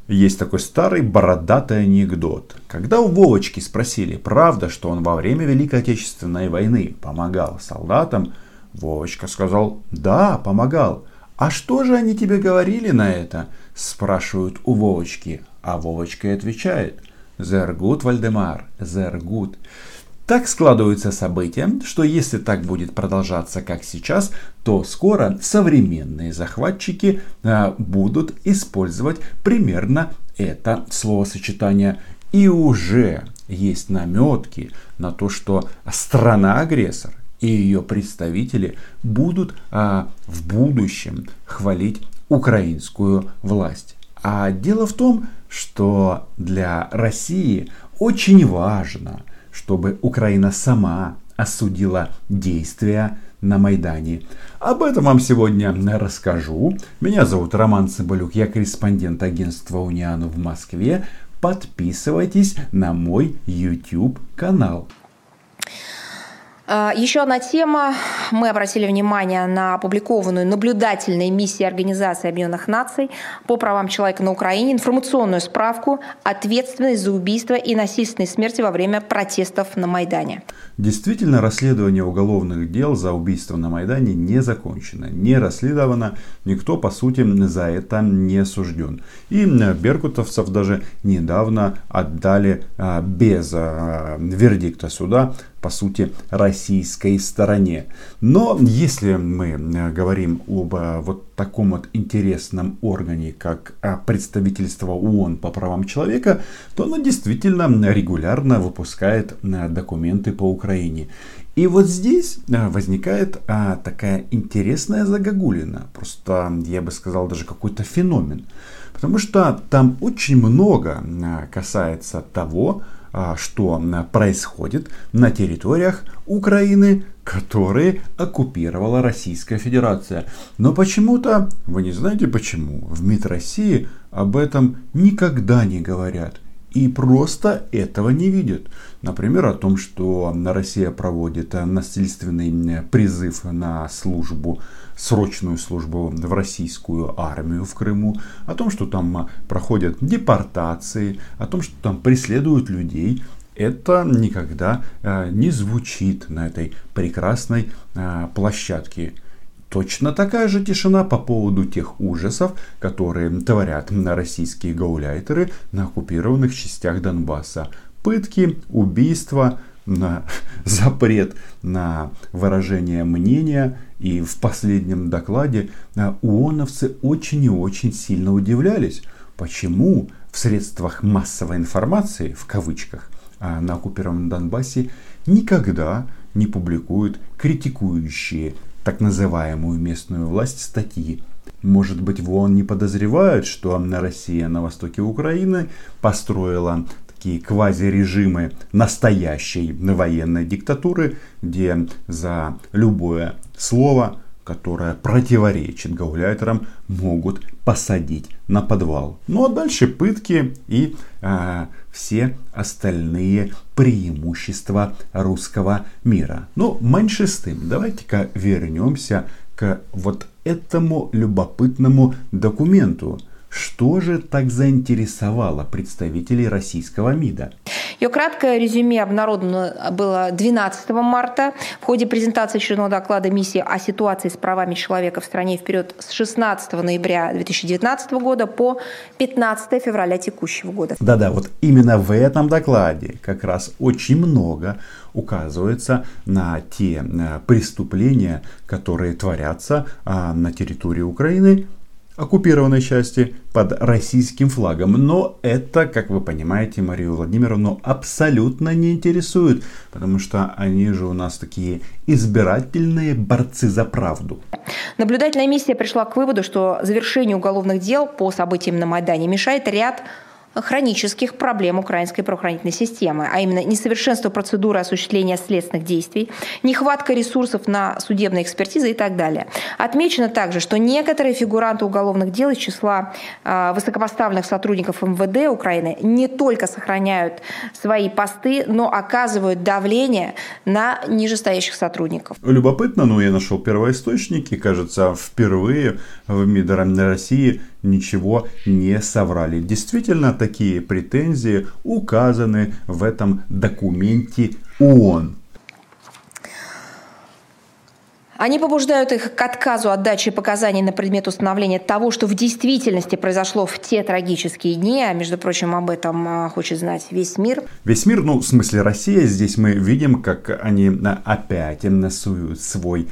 Есть такой старый бородатый анекдот. Когда у Вовочки спросили, правда, что он во время Великой Отечественной войны помогал солдатам, Вовочка сказал: да, помогал. А что же они тебе говорили на это? Спрашивают у Вовочки. А Вовочка и отвечает: sehr gut, Вальдемар, sehr gut. Так складываются события, что если так будет продолжаться, как сейчас, то скоро современные захватчики будут использовать примерно это словосочетание. И уже есть наметки на то, что страна-агрессор и ее представители будут в будущем хвалить украинскую власть. А дело в том, что для России очень важно, чтобы Украина сама осудила действия на Майдане. Об этом вам сегодня расскажу. Меня зовут Роман Цымбалюк, я корреспондент агентства Униан в Москве. Подписывайтесь на мой YouTube канал. Еще одна тема. Мы обратили внимание на опубликованную наблюдательной миссией Организации Объединенных Наций по правам человека на Украине информационную справку «Ответственность за убийство и насильственные смерти во время протестов на Майдане». Действительно, расследование уголовных дел за убийство на Майдане не закончено, не расследовано, никто, по сути, за это не осужден. И беркутовцев даже недавно отдали без вердикта суда, по сути, российской стороне. Но если мы говорим об вот таком вот интересном органе, как представительство ООН по правам человека, то оно действительно регулярно выпускает документы по Украине. И вот здесь возникает такая интересная загогулина. Просто, я бы сказал, даже какой-то феномен. Потому что там очень много касается того, что происходит на территориях Украины, которые оккупировала Российская Федерация. Но почему-то, вы не знаете почему, в МИД России об этом никогда не говорят. И просто этого не видят. Например, о том, что Россия проводит насильственный призыв на службу, срочную службу в российскую армию в Крыму, о том, что там проходят депортации, о том, что там преследуют людей. Это никогда не звучит на этой прекрасной площадке. Точно такая же тишина по поводу тех ужасов, которые творят российские гауляйтеры на оккупированных частях Донбасса. Пытки, убийства, запрет на выражение мнения. И в последнем докладе ООНовцы очень и очень сильно удивлялись, почему в средствах массовой информации, в кавычках, на оккупированном Донбассе никогда не публикуют критикующие так называемую местную власть статьи. Может быть, в ООН не подозревают, что Россия на востоке Украины построила такие квазирежимы настоящей военной диктатуры, где за любое слово, которое противоречит гауляйтерам, могут посадить на подвал. Ну а дальше пытки и все остальные преимущества русского мира. Но меньше с тем. Давайте-ка вернемся к вот этому любопытному документу. Что же так заинтересовало представителей российского МИДа? Ее краткое резюме обнародовано было 12 марта в ходе презентации очередного доклада миссии о ситуации с правами человека в стране в период с 16 ноября 2019 года по 15 февраля текущего года. Да-да, вот именно в этом докладе как раз очень много указывается на те преступления, которые творятся на территории Украины, оккупированной части, под российским флагом. Но это, как вы понимаете, Марию Владимировну абсолютно не интересует, потому что они же у нас такие избирательные борцы за правду. Наблюдательная миссия пришла к выводу, что завершению уголовных дел по событиям на Майдане мешает ряд хронических проблем украинской правоохранительной системы, а именно несовершенство процедуры осуществления следственных действий, нехватка ресурсов на судебные экспертизы и так далее. Отмечено также, что некоторые фигуранты уголовных дел из числа высокопоставленных сотрудников МВД Украины не только сохраняют свои посты, но оказывают давление на нижестоящих сотрудников. Любопытно, но я нашел первоисточники. Кажется, впервые в МИД России ничего не соврали. Действительно, такие претензии указаны в этом документе ООН. Они побуждают их к отказу от дачи показаний на предмет установления того, что в действительности произошло в те трагические дни, а между прочим, об этом хочет знать весь мир. Весь мир, ну, в смысле Россия, здесь мы видим, как они опять насуют свой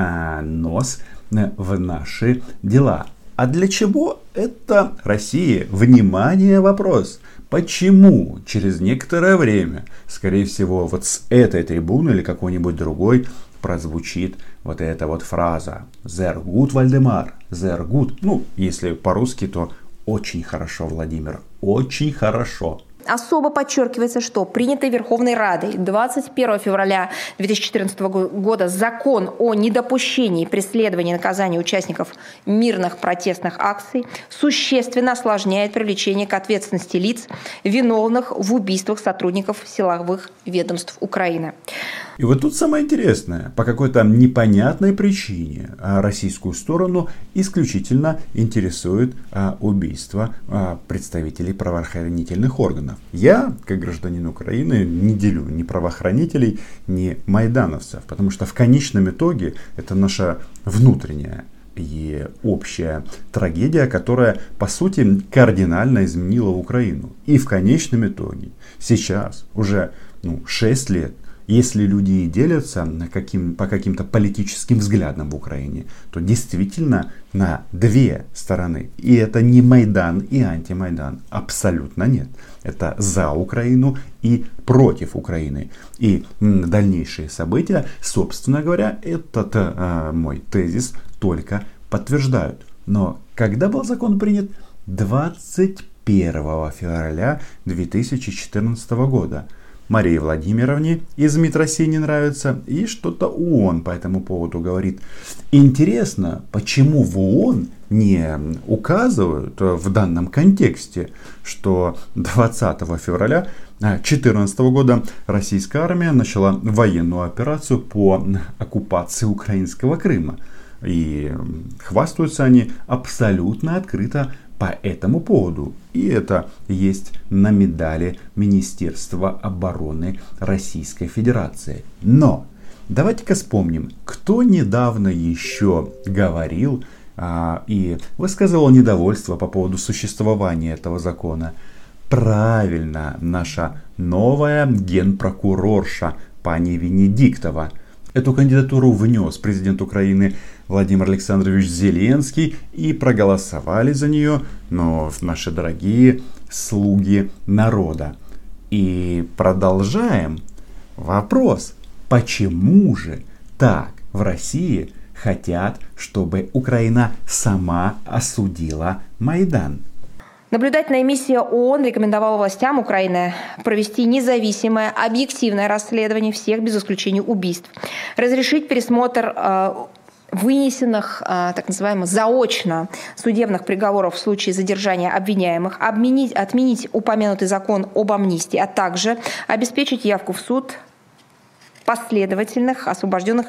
нос в наши дела. А для чего это России? Внимание, вопрос. Почему через некоторое время, скорее всего, вот с этой трибуны или какой-нибудь другой, прозвучит вот эта вот фраза «Sehr gut, Вальдемар», «Sehr gut». Ну, если по-русски, то «очень хорошо, Владимир», «очень хорошо». Особо подчеркивается, что принятый Верховной Радой 21 февраля 2014 года закон о недопущении преследования и наказания участников мирных протестных акций существенно осложняет привлечение к ответственности лиц, виновных в убийствах сотрудников силовых ведомств Украины. И вот тут самое интересное. По какой-то непонятной причине российскую сторону исключительно интересует убийство представителей правоохранительных органов. Я, как гражданин Украины, не делю ни правоохранителей, ни майдановцев. Потому что в конечном итоге это наша внутренняя и общая трагедия, которая, по сути, кардинально изменила Украину. И в конечном итоге сейчас уже 6 лет, если люди и делятся по каким-то политическим взглядам в Украине, то действительно на две стороны. И это не Майдан и антимайдан. Абсолютно нет. Это за Украину и против Украины. И дальнейшие события, собственно говоря, этот мой тезис только подтверждают. Но когда был закон принят? 21 февраля 2014 года. Марии Владимировне из МИД России не нравится, и что-то ООН по этому поводу говорит. Интересно, почему в ООН не указывают в данном контексте, что 20 февраля 2014 года российская армия начала военную операцию по оккупации украинского Крыма. И хвастаются они абсолютно открыто по этому поводу. И это есть на медали Министерства обороны Российской Федерации. Но давайте-ка вспомним, кто недавно еще говорил и высказывал недовольство по поводу существования этого закона. Правильно, наша новая генпрокурорша пани Венедиктова. Эту кандидатуру внес президент Украины Владимир Александрович Зеленский, и проголосовали за нее, но наши дорогие слуги народа. И продолжаем. Вопрос, почему же так в России хотят, чтобы Украина сама осудила Майдан? Наблюдательная миссия ООН рекомендовала властям Украины провести независимое, объективное расследование всех, без исключения убийств, разрешить пересмотр вынесенных, так называемых, заочно судебных приговоров в случае задержания обвиняемых, отменить упомянутый закон об амнистии, а также обеспечить явку в суд подследственных, освобожденных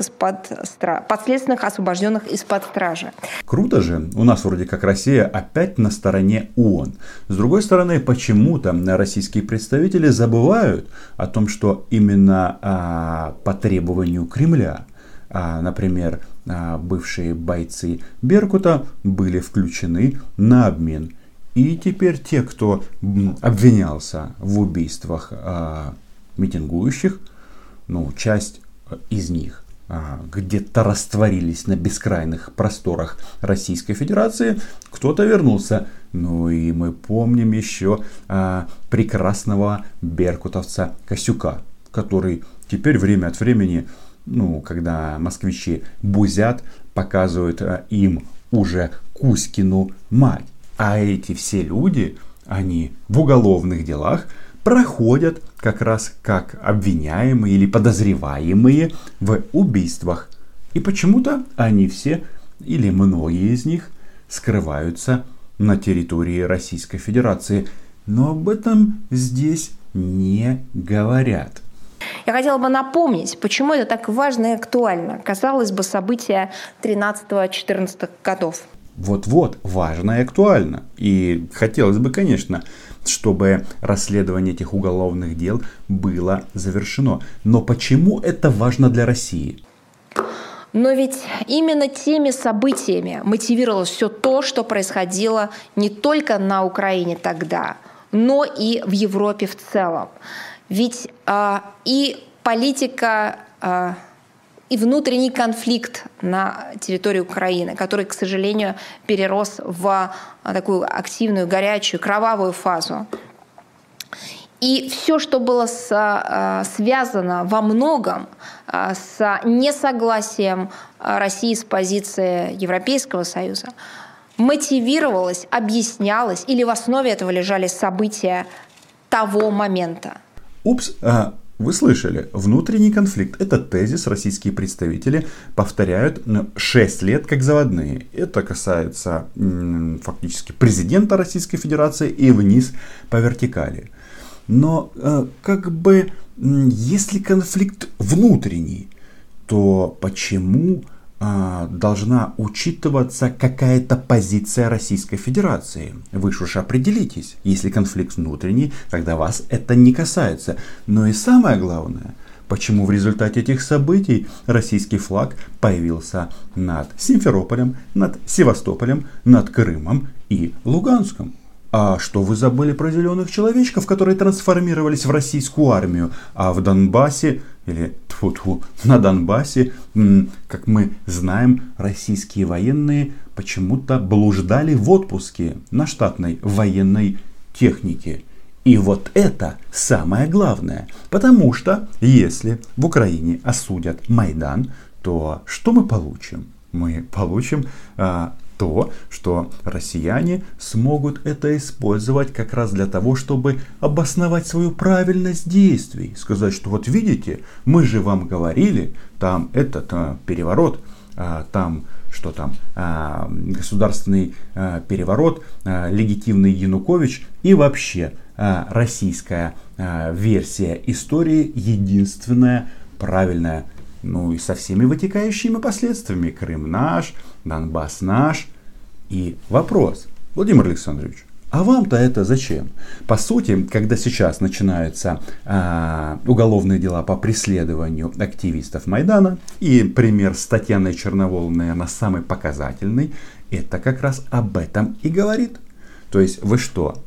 из-под стражи. Круто же. У нас вроде как Россия опять на стороне ООН. С другой стороны, почему-то российские представители забывают о том, что именно по требованию Кремля, например, бывшие бойцы Беркута были включены на обмен. И теперь те, кто обвинялся в убийствах митингующих, часть из них где-то растворились на бескрайних просторах Российской Федерации, кто-то вернулся. Ну и мы помним еще прекрасного беркутовца Косюка, который теперь время от времени, когда москвичи бузят, показывают им уже Кузькину мать. А эти все люди, они в уголовных делах проходят как раз как обвиняемые или подозреваемые в убийствах. И почему-то они все, или многие из них, скрываются на территории Российской Федерации. Но об этом здесь не говорят. Я хотела бы напомнить, почему это так важно и актуально. Казалось бы, события 13-14 годов. вот-вот, важно и актуально. И хотелось бы, конечно, чтобы расследование этих уголовных дел было завершено. Но почему это важно для России? Но ведь именно теми событиями мотивировалось все то, что происходило не только на Украине тогда, но и в Европе в целом. Ведь и политика, и внутренний конфликт на территории Украины, который, к сожалению, перерос в такую активную, горячую, кровавую фазу. И все, что было связано во многом с несогласием России с позицией Европейского Союза, мотивировалось, объяснялось, или в основе этого лежали события того момента. Вы слышали, внутренний конфликт. Этот тезис российские представители повторяют 6 лет как заводные. Это касается фактически президента Российской Федерации и вниз по вертикали. Но если конфликт внутренний, то почему должна учитываться какая-то позиция Российской Федерации? Вы же уж определитесь. Если конфликт внутренний, тогда вас это не касается. Но и самое главное, почему в результате этих событий российский флаг появился над Симферополем, над Севастополем, над Крымом и Луганском? А что вы забыли про зеленых человечков, которые трансформировались в российскую армию, а в Донбассе, на Донбассе, как мы знаем, российские военные почему-то блуждали в отпуске на штатной военной технике. И вот это самое главное, потому что если в Украине осудят Майдан, то что мы получим? Мы получим то, что россияне смогут это использовать как раз для того, чтобы обосновать свою правильность действий. Сказать, что вот видите, мы же вам говорили, там этот переворот, там что там, государственный переворот, легитимный Янукович и вообще российская версия истории единственная правильная. Ну и со всеми вытекающими последствиями. Крым наш, Донбасс наш. И вопрос, Владимир Александрович, а вам-то это зачем? По сути, когда сейчас начинаются уголовные дела по преследованию активистов Майдана, и пример с Татьяной Черноволой, наверное, самый показательный, это как раз об этом и говорит. То есть вы что,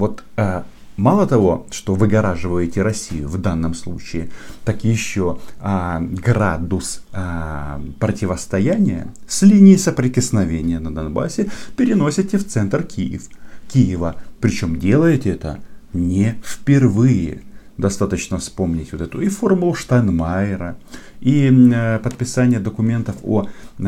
мало того, что выгораживаете Россию в данном случае, так еще градус противостояния с линии соприкосновения на Донбассе переносите в центр Киева. Причем делаете это не впервые. Достаточно вспомнить вот эту и формулу Штайнмайера, и подписание документов о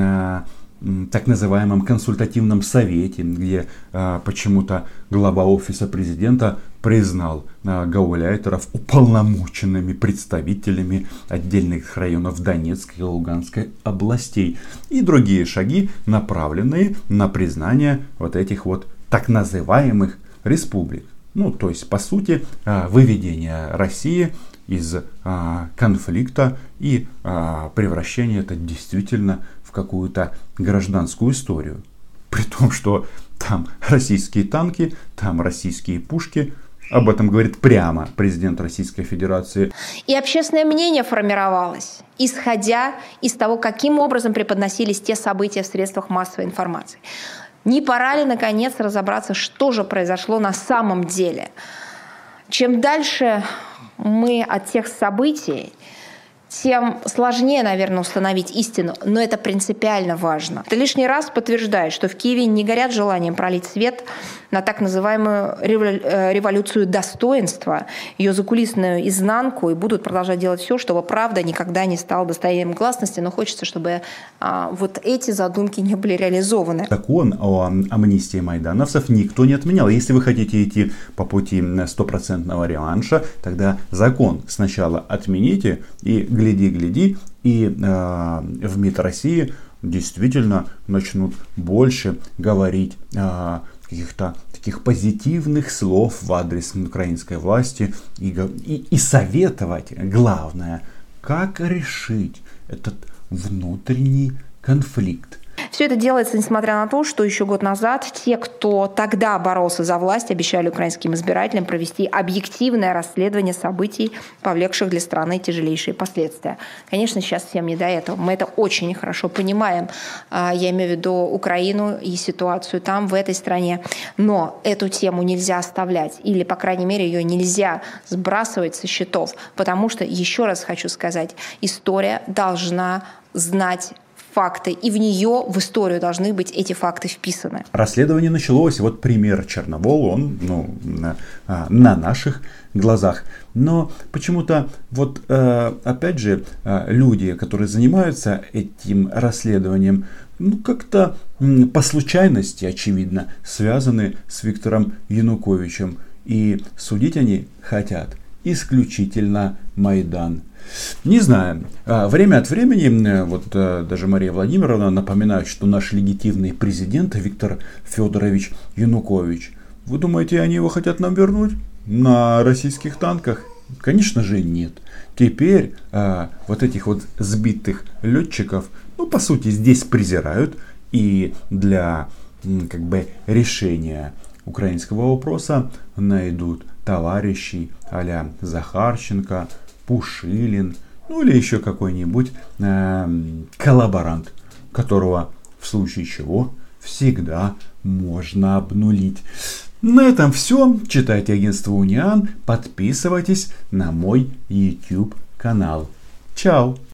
так называемом консультативном совете, где почему-то глава офиса президента признал гауляйтеров уполномоченными представителями отдельных районов Донецкой и Луганской областей. И другие шаги, направленные на признание вот этих вот так называемых республик. Ну, то есть, по сути, выведение России из конфликта и превращение это действительно в какую-то гражданскую историю. При том, что там российские танки, там российские пушки. Об этом говорит прямо президент Российской Федерации. И общественное мнение формировалось, исходя из того, каким образом преподносились те события в средствах массовой информации. Не пора ли, наконец, разобраться, что же произошло на самом деле? Чем дальше мы от тех событий, тем сложнее, наверное, установить истину, но это принципиально важно. Это лишний раз подтверждает, что в Киеве не горят желанием пролить свет на так называемую революцию достоинства, ее закулисную изнанку, и будут продолжать делать все, чтобы правда никогда не стала достоянием гласности, но хочется, чтобы вот эти задумки не были реализованы. Закон о амнистии майдановцев никто не отменял. Если вы хотите идти по пути стопроцентного реванша, тогда закон сначала отмените, и гляди, и в МИД России действительно начнут больше говорить каких-то таких позитивных слов в адрес украинской власти и советовать, главное, как решить этот внутренний конфликт. Все это делается, несмотря на то, что еще год назад те, кто тогда боролся за власть, обещали украинским избирателям провести объективное расследование событий, повлекших для страны тяжелейшие последствия. Конечно, сейчас всем не до этого. Мы это очень хорошо понимаем. Я имею в виду Украину и ситуацию там, в этой стране. Но эту тему нельзя оставлять. Или, по крайней мере, ее нельзя сбрасывать со счетов. Потому что, еще раз хочу сказать, история должна знать факты, и в нее, в историю должны быть эти факты вписаны. Расследование началось, вот пример Черновол, он на наших глазах. Но почему-то, вот опять же, люди, которые занимаются этим расследованием, как-то по случайности, очевидно, связаны с Виктором Януковичем. И судить они хотят исключительно Майдан. Не знаю. Время от времени, вот даже Мария Владимировна напоминает, что наш легитимный президент Виктор Федорович Янукович. Вы думаете, они его хотят нам вернуть на российских танках? Конечно же нет. Теперь вот этих вот сбитых летчиков, по сути, здесь презирают. И для решения украинского вопроса найдут товарищей а-ля Захарченко, Пушилин, или еще какой-нибудь коллаборант, которого в случае чего всегда можно обнулить. На этом все. Читайте агентство Униан, подписывайтесь на мой YouTube канал. Чао!